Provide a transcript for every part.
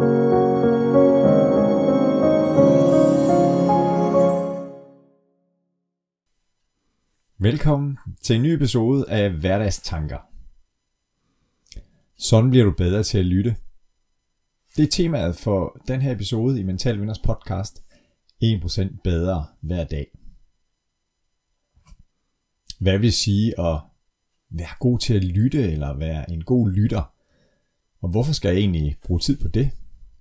Velkommen til en ny episode af Hverdagstanker. Sådan bliver du bedre til at lytte. Det er temaet for den her episode i Mental Vinders podcast 1% bedre hver dag. Hvad vil det sige at være god til at lytte eller være en god lytter? Og hvorfor skal jeg egentlig bruge tid på det?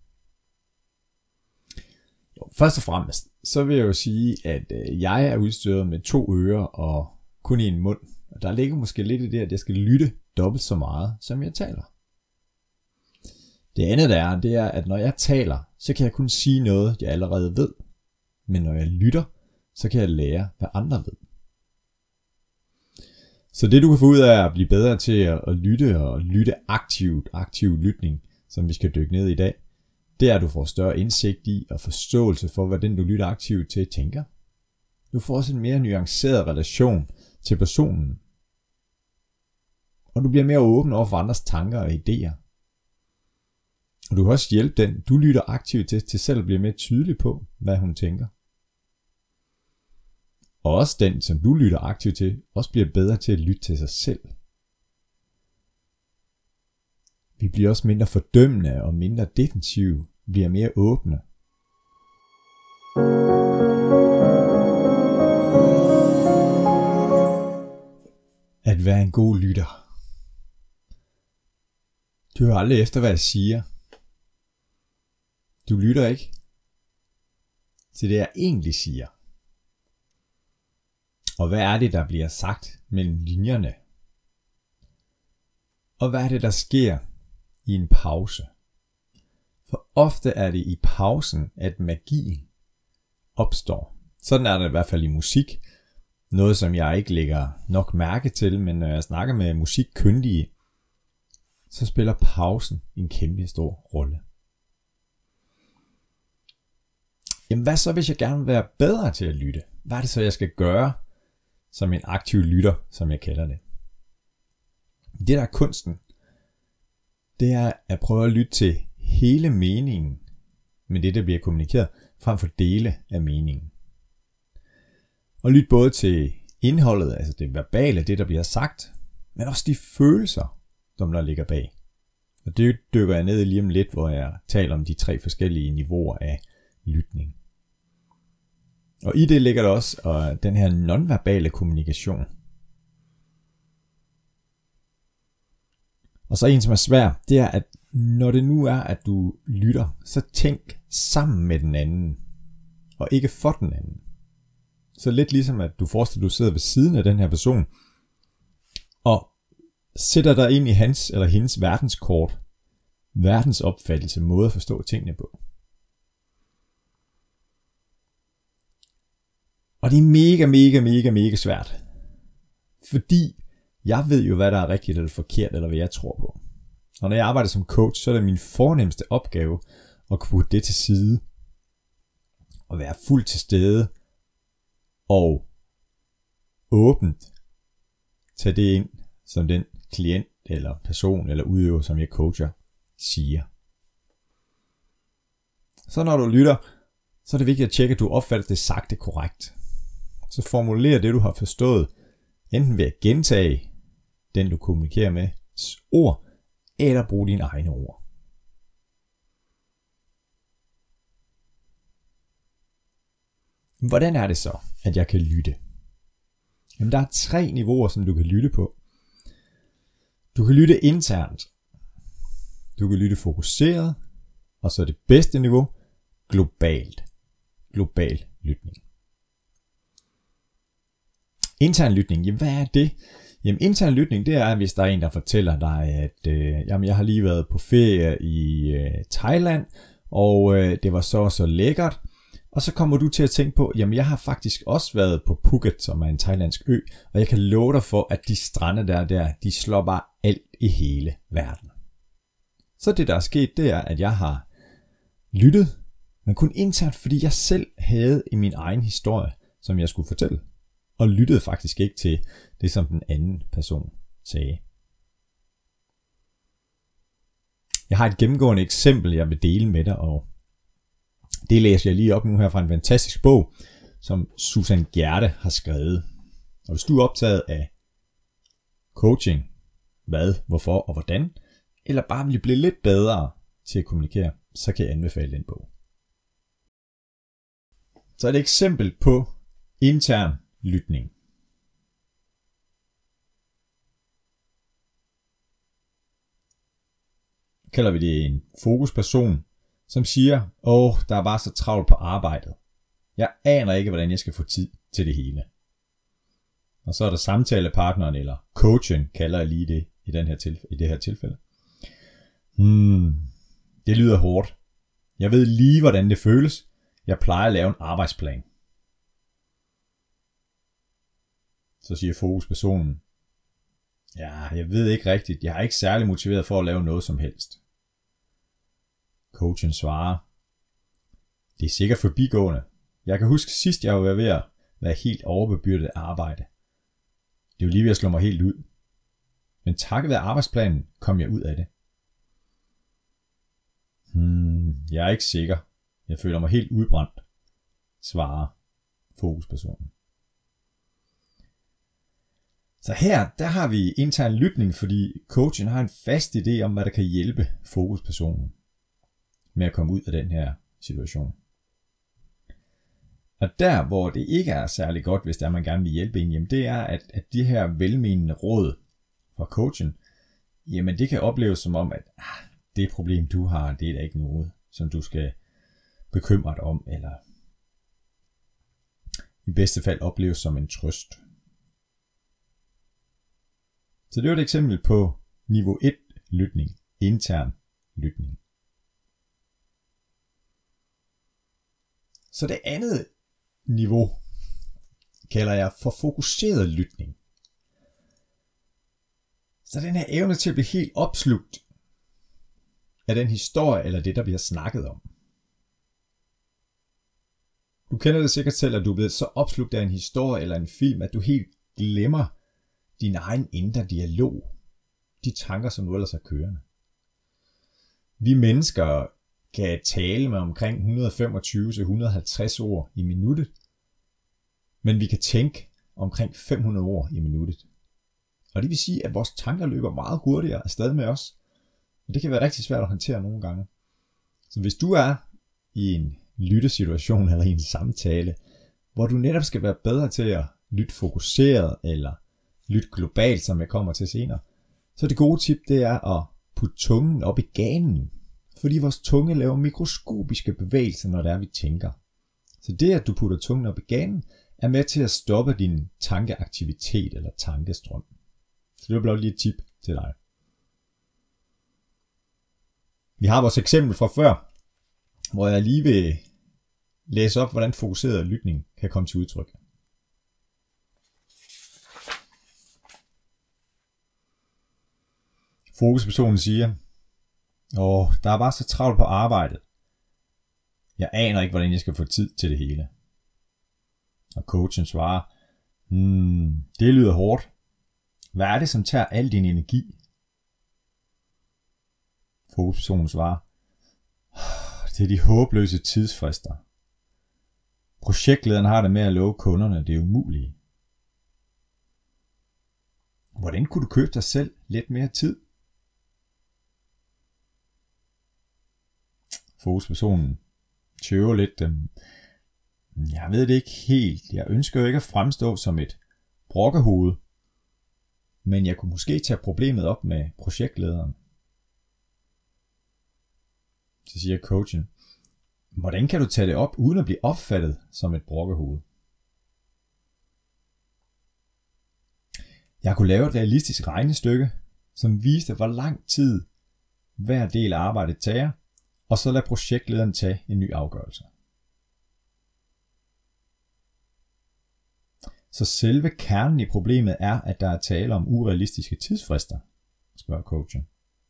Først og fremmest, så vil jeg jo sige, at jeg er udstyret med 2 ører og kun 1 mund. Og der ligger måske lidt i det, at jeg skal lytte dobbelt så meget, som jeg taler. Det andet det er, at når jeg taler, så kan jeg kun sige noget, jeg allerede ved. Men når jeg lytter, så kan jeg lære, hvad andre ved. Så det du kan få ud af at blive bedre til at lytte og lytte aktiv lytning, som vi skal dykke ned i dag, det er, at du får større indsigt i og forståelse for, hvad den du lytter aktivt til tænker. Du får også en mere nuanceret relation til personen. Og du bliver mere åben over for andres tanker og idéer. Og du kan også hjælpe den, du lytter aktivt til selv at blive mere tydelig på, hvad hun tænker. Og også den, som du lytter aktivt til, også bliver bedre til at lytte til sig selv. Vi bliver også mindre fordømmende og mindre defensive, bliver mere åbne. At være en god lytter. Du hører aldrig efter, hvad jeg siger. Du lytter ikke til det, jeg egentlig siger. Og hvad er det, der bliver sagt mellem linjerne? Og hvad er det, der sker i en pause? For ofte er det i pausen, at magien opstår. Sådan er det i hvert fald i musik. Noget, som jeg ikke lægger nok mærke til, men når jeg snakker med musikkyndige, så spiller pausen en kæmpe stor rolle. Jamen hvad så, hvis jeg gerne vil være bedre til at lytte? Hvad er det så, jeg skal gøre som en aktiv lytter, som jeg kalder det? Det der er kunsten, det er at prøve at lytte til hele meningen med det, der bliver kommunikeret, frem for dele af meningen. Og lytte både til indholdet, altså det verbale, det der bliver sagt, men også de følelser, som der ligger bag. Og det dykker jeg ned i lige om lidt, hvor jeg taler om de 3 forskellige niveauer af lytning. Og i det ligger der også den her nonverbale kommunikation. Og så en, som er svær, det er, at når det nu er, at du lytter, så tænk sammen med den anden, og ikke for den anden. Så lidt ligesom, at du forestiller, at du sidder ved siden af den her person, og sætter dig ind i hans eller hendes verdenskort, verdensopfattelse, måde at forstå tingene på. Og det er mega svært. Fordi jeg ved jo, hvad der er rigtigt eller forkert, eller hvad jeg tror på. Og når jeg arbejder som coach, så er det min fornemmeste opgave at kunne putte det til side. Og være fuldt til stede. Og åbent tage det ind, som den klient eller person eller udøver, som jeg coacher, siger. Så når du lytter, så er det vigtigt at tjekke, at du opfatter det sagte korrekt. Så formuler det, du har forstået, enten ved at gentage den, du kommunikerer med, ord, eller bruge dine egne ord. Hvordan er det så, at jeg kan lytte? Jamen, der er 3 niveauer, som du kan lytte på. Du kan lytte internt. Du kan lytte fokuseret. Og så det bedste niveau, globalt. Global lytning. Intern lytning, jamen hvad er det? Jamen intern lytning, det er, hvis der er en, der fortæller dig, at jeg har lige været på ferie i Thailand, og det var så lækkert. Og så kommer du til at tænke på, jamen jeg har faktisk også været på Phuket, som er en thailandsk ø, og jeg kan love dig for, at de strande der, de slår bare alt i hele verden. Så det, der er sket, det er, at jeg har lyttet, men kun internt, fordi jeg selv havde i min egen historie, som jeg skulle fortælle, og lyttede faktisk ikke til det, som den anden person sagde. Jeg har et gennemgående eksempel, jeg vil dele med dig, og det læser jeg lige op nu her fra en fantastisk bog, som Susan Gjerde har skrevet. Og hvis du er optaget af coaching, hvad, hvorfor og hvordan, eller bare vil blive lidt bedre til at kommunikere, så kan jeg anbefale den bog. Så et eksempel på intern lytning. Kalder vi det en fokusperson, som siger, der er bare så travlt på arbejdet. Jeg aner ikke, hvordan jeg skal få tid til det hele. Og så er der samtalepartneren, eller coachen, kalder jeg lige det i det her tilfælde. Det lyder hårdt. Jeg ved lige, hvordan det føles. Jeg plejer at lave en arbejdsplan. Så siger fokuspersonen, jeg ved ikke rigtigt. Jeg er ikke særlig motiveret for at lave noget som helst. Coachen svarer, det er sikkert forbigående. Jeg kan huske sidst, jeg var ved at være helt overbebyrdet af arbejde. Det er jo lige ved at slå mig helt ud. Men takket være arbejdsplanen kom jeg ud af det. Jeg er ikke sikker. Jeg føler mig helt udbrændt, svarer fokuspersonen. Så her, der har vi intern lytning, fordi coachen har en fast idé om, hvad der kan hjælpe fokuspersonen med at komme ud af den her situation. Og der, hvor det ikke er særlig godt, hvis man gerne vil hjælpe en, det er, at de her velmenende råd fra coachen, jamen det kan opleves som om, at det problem, du har, det er da ikke noget, som du skal bekymre dig om, eller i bedste fald opleves som en trøst. Så det var et eksempel på niveau 1 lytning, intern lytning. Så det andet niveau kalder jeg for fokuseret lytning. Så den her evne til at blive helt opslugt af den historie eller det, der bliver snakket om. Du kender det sikkert selv, at du er blevet så opslugt af en historie eller en film, at du helt glemmer din egen indre dialog. De tanker, som du ellers har kørende. Vi mennesker kan tale med omkring 125-150 ord i minuttet, men vi kan tænke omkring 500 ord i minuttet. Og det vil sige, at vores tanker løber meget hurtigere afsted med os, og det kan være rigtig svært at håndtere nogle gange. Så hvis du er i en lyttesituation eller i en samtale, hvor du netop skal være bedre til at lytte fokuseret eller lytte globalt, som jeg kommer til senere, så det gode tip, det er at putte tungen op i ganen, fordi vores tunge laver mikroskopiske bevægelser, når det er, vi tænker. Så det, at du putter tungen op i ganen, er med til at stoppe din tankeaktivitet eller tankestrøm. Så det var blot lige et tip til dig. Vi har vores eksempel fra før, hvor jeg lige vil læse op, hvordan fokuseret lytning kan komme til udtryk. Fokuspersonen siger, der er bare så travlt på arbejdet. Jeg aner ikke, hvordan jeg skal få tid til det hele. Og coachen svarer, det lyder hårdt. Hvad er det, som tager al din energi? Fokuspersonen svarer, det er de håbløse tidsfrister. Projektlederen har det med at love kunderne det umulige. Hvordan kunne du købe dig selv lidt mere tid? Fokuspersonen tøver lidt. Jeg ved det ikke helt. Jeg ønsker jo ikke at fremstå som et brokkehoved. Men jeg kunne måske tage problemet op med projektlederen. Så siger coachen, hvordan kan du tage det op, uden at blive opfattet som et brokkehoved? Jeg kunne lave et realistisk regnestykke, som viste, hvor lang tid hver del af arbejdet tager, og så lade projektlederen tage en ny afgørelse. Så selve kernen i problemet er, at der er tale om urealistiske tidsfrister, spørger coachen.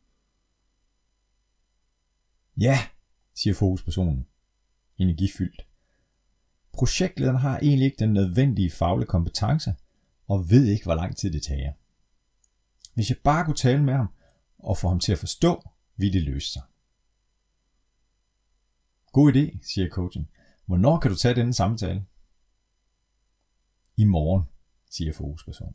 Ja, siger fokuspersonen, energifyldt. Projektlederen har egentlig ikke den nødvendige faglige kompetence, og ved ikke, hvor lang tid det tager. Hvis jeg bare kunne tale med ham, og få ham til at forstå, vil det løse sig. God idé, siger coachen. Hvornår kan du tage denne samtale? I morgen, siger fokuspersonen.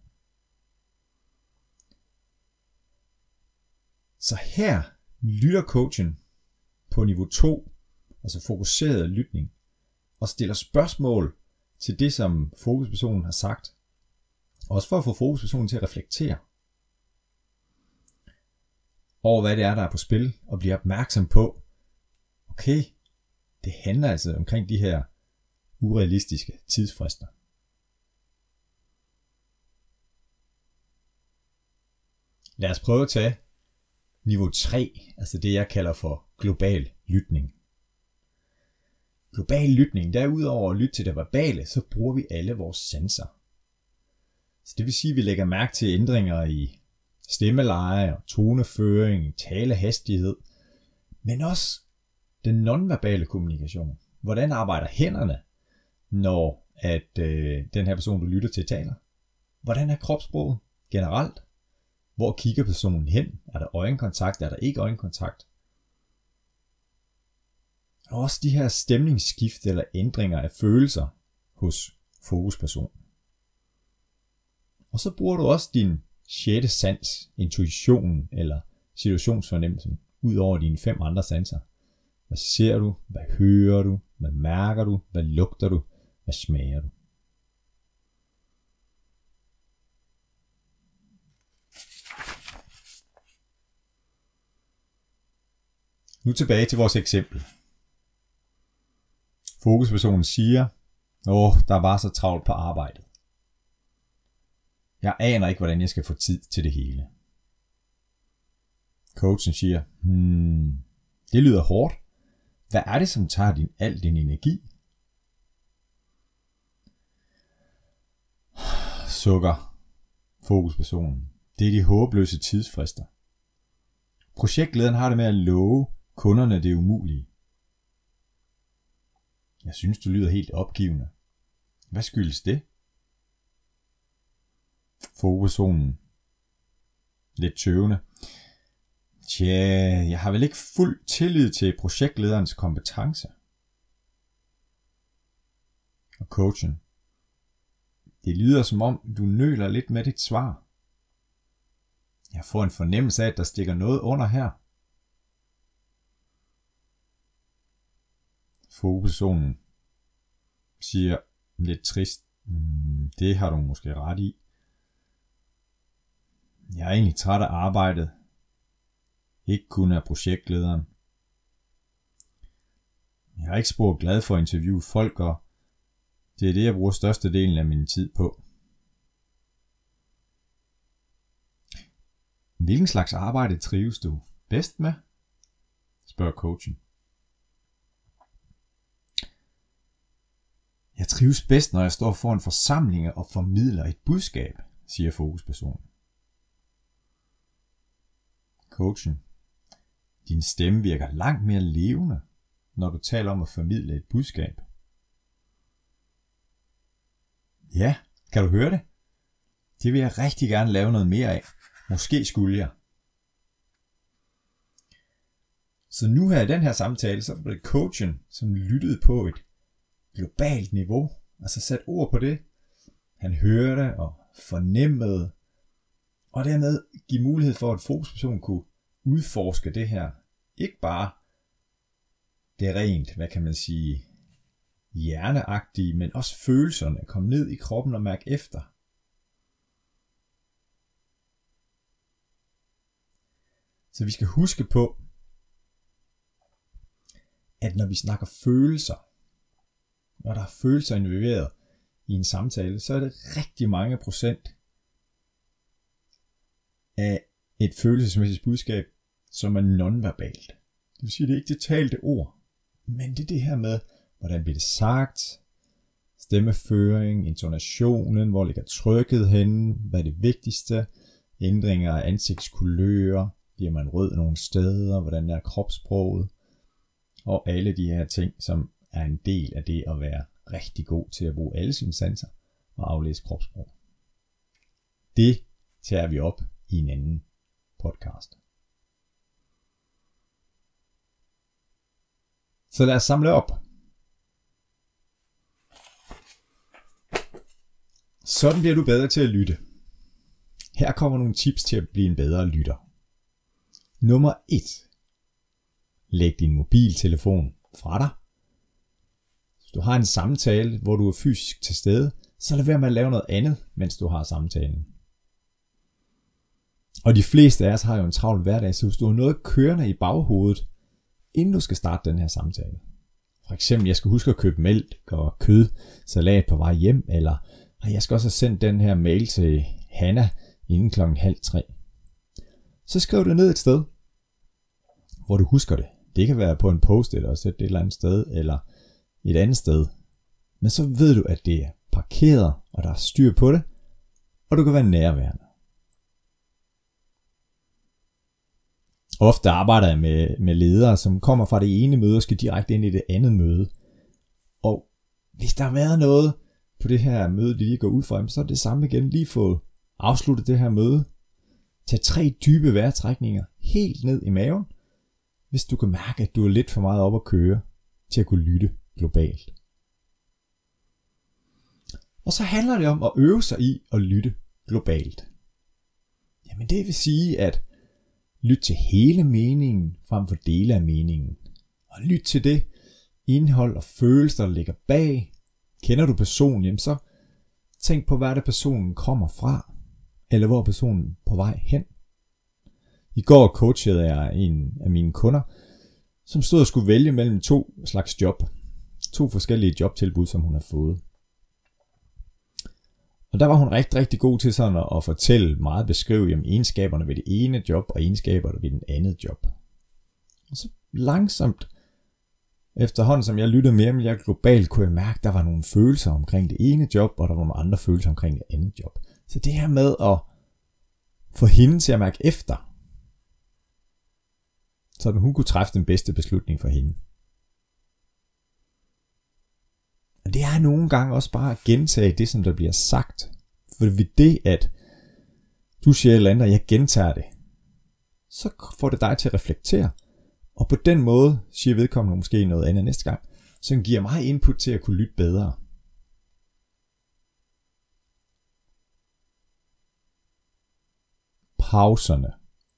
Så her lytter coachen på niveau 2, altså fokuseret lytning, og stiller spørgsmål til det, som fokuspersonen har sagt. Også for at få fokuspersonen til at reflektere over, hvad det er, der er på spil, og blive opmærksom på, okay, det handler altså omkring de her urealistiske tidsfrister. Lad os prøve at tage niveau 3, altså det jeg kalder for global lytning. Global lytning, derudover at lytte til det verbale, så bruger vi alle vores sanser. Så det vil sige, at vi lægger mærke til ændringer i stemmeleje og toneføring, talehastighed, men også den nonverbale kommunikation. Hvordan arbejder hænderne, når den her person, du lytter til, taler? Hvordan er kropssproget generelt? Hvor kigger personen hen? Er der øjenkontakt? Er der ikke øjenkontakt? Og også de her stemningsskift eller ændringer af følelser hos fokuspersonen. Og så bruger du også din 6. sans, intuitionen eller situationsfornemmelsen, ud over dine 5 andre sanser. Hvad ser du? Hvad hører du? Hvad mærker du? Hvad lugter du? Hvad smager du? Nu tilbage til vores eksempel. Fokuspersonen siger, der var så travlt på arbejdet. Jeg aner ikke, hvordan jeg skal få tid til det hele. Coachen siger, det lyder hårdt. Hvad er det, som tager al din energi? Sukker fokuspersonen. Det er de håbløse tidsfrister. Projektlederen har det med at love kunderne det umulige. Jeg synes, du lyder helt opgivende. Hvad skyldes det? Fokuspersonen. Lidt tøvende. Jeg har vel ikke fuld tillid til projektlederens kompetence. Og coachen. Det lyder som om, du nøler lidt med dit svar. Jeg får en fornemmelse af, at der stikker noget under her. Fokuspersonen siger lidt trist. Det har du måske ret i. Jeg er egentlig træt af arbejdet. Ikke kun af projektlederen. Jeg er ikke spor glad for at interviewe folk, og det er det, jeg bruger størstedelen af min tid på. Hvilken slags arbejde trives du bedst med? Spørger coachen. Jeg trives bedst, når jeg står foran forsamlinger og formidler et budskab, siger fokuspersonen. Coachen. Din stemme virker langt mere levende, når du taler om at formidle et budskab. Ja, kan du høre det? Det vil jeg rigtig gerne lave noget mere af. Måske skulle jeg. Så nu her i den her samtale, så var det coachen, som lyttede på et globalt niveau. Altså sat ord på det. Han hørte og fornemmede. Og dermed give mulighed for, at fokuspersonen kunne udforske det her. Ikke bare det rent, hvad kan man sige, hjerneagtige, men også følelserne. Komme ned i kroppen og mærke efter. Så vi skal huske på, at når vi snakker følelser, når der er følelser involveret i en samtale, så er det rigtig mange procent af et følelsesmæssigt budskab, som er nonverbalt. Det vil sige, det er ikke det talte ord, men det er det her med, hvordan bliver det sagt, stemmeføring, intonationen, hvor ligger trykket henne, hvad er det vigtigste, ændringer af ansigtskulører, bliver man rød nogle steder, hvordan er kropssproget, og alle de her ting, som er en del af det at være rigtig god til at bruge alle sine sanser og aflæse kropssprog. Det tager vi op i en anden podcast. Så lad os samle op. Sådan bliver du bedre til at lytte. Her kommer nogle tips til at blive en bedre lytter. Nummer 1. Læg din mobiltelefon fra dig. Hvis du har en samtale, hvor du er fysisk til stede, så lad være med at lave noget andet, mens du har samtalen. Og de fleste af os har jo en travl hverdag, så hvis du har noget kørende i baghovedet, inden du skal starte den her samtale. For eksempel, jeg skal huske at købe mælk og kød, salat på vej hjem, eller jeg skal også have sendt den her mail til Hanna inden 2:30. Så skriv det ned et sted, hvor du husker det. Det kan være på en post-it og sætte det et eller andet sted, eller et andet sted. Men så ved du, at det er parkeret, og der er styr på det, og du kan være nærværende. Ofte arbejder jeg med ledere, som kommer fra det ene møde og skal direkte ind i det andet møde. Og hvis der har været noget på det her møde, de lige går ud fra, så er det samme igen. Lige få afsluttet det her møde. Tag 3 dybe vejrtrækninger helt ned i maven, hvis du kan mærke, at du er lidt for meget op at køre til at kunne lytte globalt. Og så handler det om at øve sig i at lytte globalt. Jamen det vil sige at lyt til hele meningen frem for dele af meningen. Og lyt til det indhold og følelser, der ligger bag. Kender du personen, jamen så tænk på, hvad det personen kommer fra, eller hvor personen på vej hen. I går coachede jeg en af mine kunder, som stod og skulle vælge mellem 2 slags job. 2 forskellige jobtilbud, som hun har fået. Og der var hun rigtig, rigtig god til sådan at fortælle meget, beskrive egenskaberne ved det ene job og egenskaberne ved den andet job. Og så langsomt, efterhånden som jeg lyttede mere globalt, kunne jeg mærke, at der var nogle følelser omkring det ene job, og der var nogle andre følelser omkring det andet job. Så det her med at få hende til at mærke efter, så hun kunne træffe den bedste beslutning for hende. Og det er nogle gange også bare at gentage det, som der bliver sagt. For ved det, at du siger et eller andet, og jeg gentager det, så får det dig til at reflektere. Og på den måde siger vedkommende måske noget andet næste gang, som giver mig input til at kunne lytte bedre. Pauserne.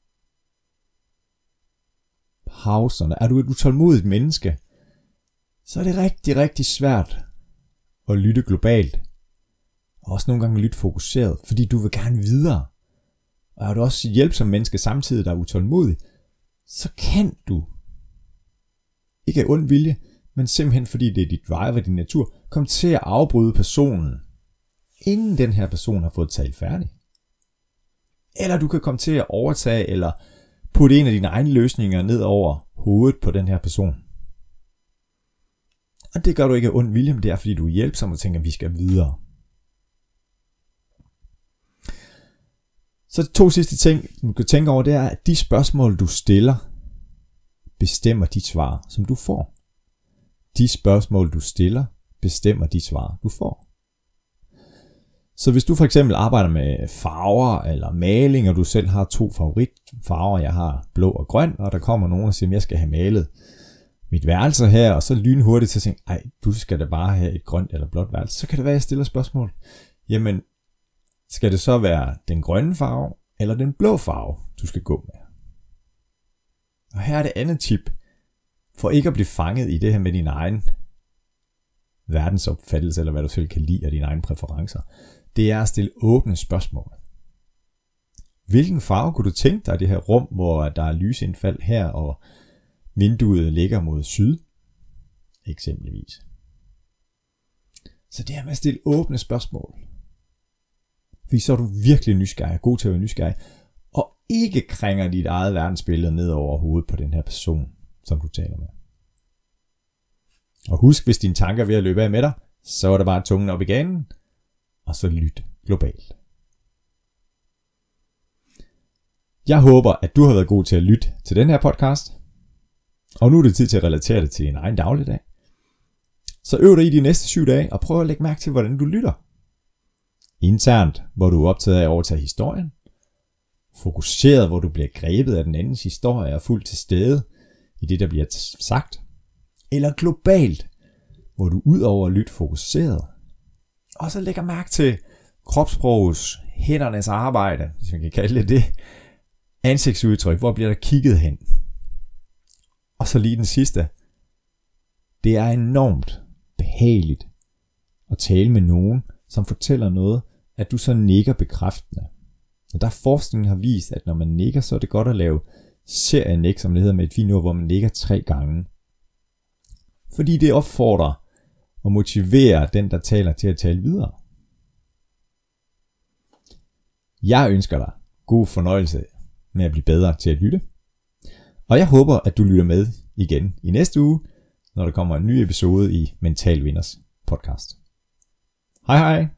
Er du et utålmodigt menneske, så er det rigtig, rigtig svært at lytte globalt. Og også nogle gange lytte fokuseret, fordi du vil gerne videre. Og er du også hjælpsom menneske samtidig, der er utålmodig, så kan du, ikke af ond vilje, men simpelthen fordi det er dit drive og din natur, komme til at afbryde personen, inden den her person har fået talt færdig. Eller du kan komme til at overtage eller putte en af dine egne løsninger ned over hovedet på den her person. Og det gør du ikke af ond vilje, men det er fordi du er hjælpsom og tænker, at vi skal videre. Så de 2 sidste ting, du kan tænke over, det er, at de spørgsmål, du stiller, bestemmer de svar, som du får. De spørgsmål, du stiller, bestemmer de svar, du får. Så hvis du for eksempel arbejder med farver eller maling, og du selv har 2 favoritfarver, jeg har blå og grøn, og der kommer nogen og siger, at jeg skal have malet mit værelse her, og så lynhurtigt til at tænke, ej, du skal da bare have et grønt eller blåt værelse. Så kan det være, at jeg stiller spørgsmål. Jamen, skal det så være den grønne farve, eller den blå farve, du skal gå med? Og her er det andet tip, for ikke at blive fanget i det her med din egen verdensopfattelse, eller hvad du selv kan lide af dine egne præferencer. Det er at stille åbne spørgsmål. Hvilken farve kunne du tænke dig i det her rum, hvor der er lysindfald her, og vinduet ligger mod syd, eksempelvis. Så det er med at stille åbne spørgsmål. Fordi så er du virkelig nysgerrig, god til at være nysgerrig, og ikke krænger dit eget verdensbillede ned over hovedet på den her person, som du taler med. Og husk, hvis dine tanker er ved at løbe af med dig, så er der bare tungen op i ganen, og så lyt globalt. Jeg håber, at du har været god til at lytte til den her podcast, og nu er det tid til at relatere det til en egen dagligdag. Så øv dig i de næste 7 dage, og prøv at lægge mærke til, hvordan du lytter. Internt, hvor du er optaget af at overtage historien. Fokuseret, hvor du bliver grebet af den andens historie og fuldt til stede i det, der bliver sagt. eller globalt, hvor du udover at lytte fokuseret, og så lægger mærke til kropssprogets, hændernes arbejde, hvis man kan kalde det, ansigtsudtryk, hvor bliver der kigget hen. Og så lige den sidste. Det er enormt behageligt at tale med nogen, som fortæller noget, at du så nikker bekræftende. Og der forskningen har vist, at når man nikker, så er det godt at lave serienik, som det hedder med et fint ord, hvor man nikker 3 gange. Fordi det opfordrer og motiverer den, der taler, til at tale videre. Jeg ønsker dig god fornøjelse med at blive bedre til at lytte. Og jeg håber, at du lytter med igen i næste uge, når der kommer en ny episode i Mental Vinders podcast. Hej hej!